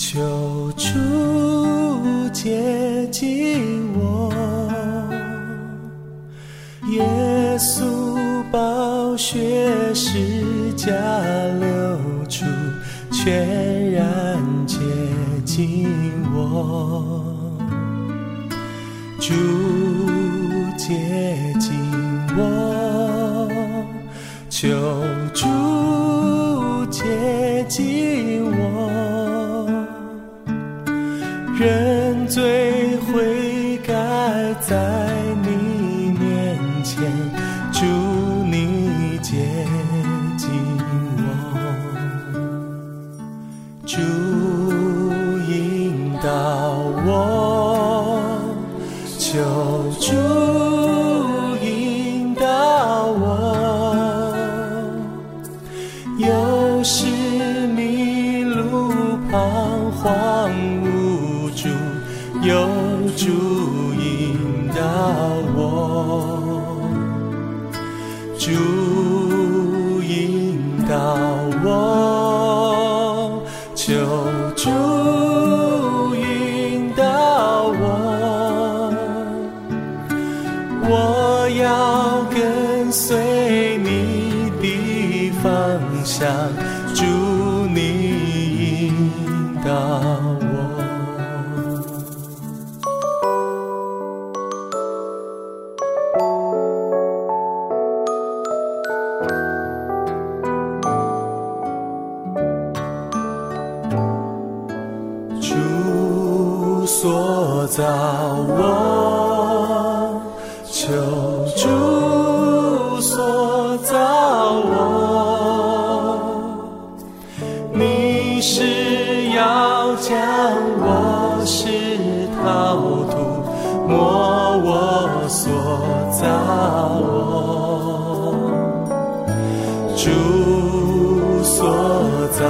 求主接近我，耶稣宝血十架流出，全然接近我。主接近我，求主接近我，认罪悔改在你面前，主你接近我，主引导我，求主引导我，有时迷路彷徨无助，有主引导我，主引导我，求主引导我，我要跟随你的方向，主你引导我。主所造我，求主所造我，你是要将我是陶土，磨我所造我，主所造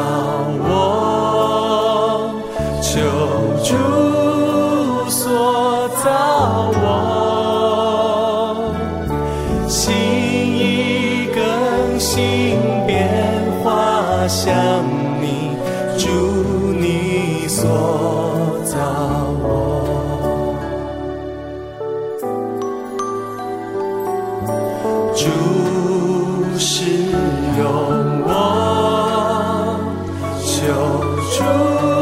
我，求主所造我，心意更新变化像你，主你所造我，主使用我，求主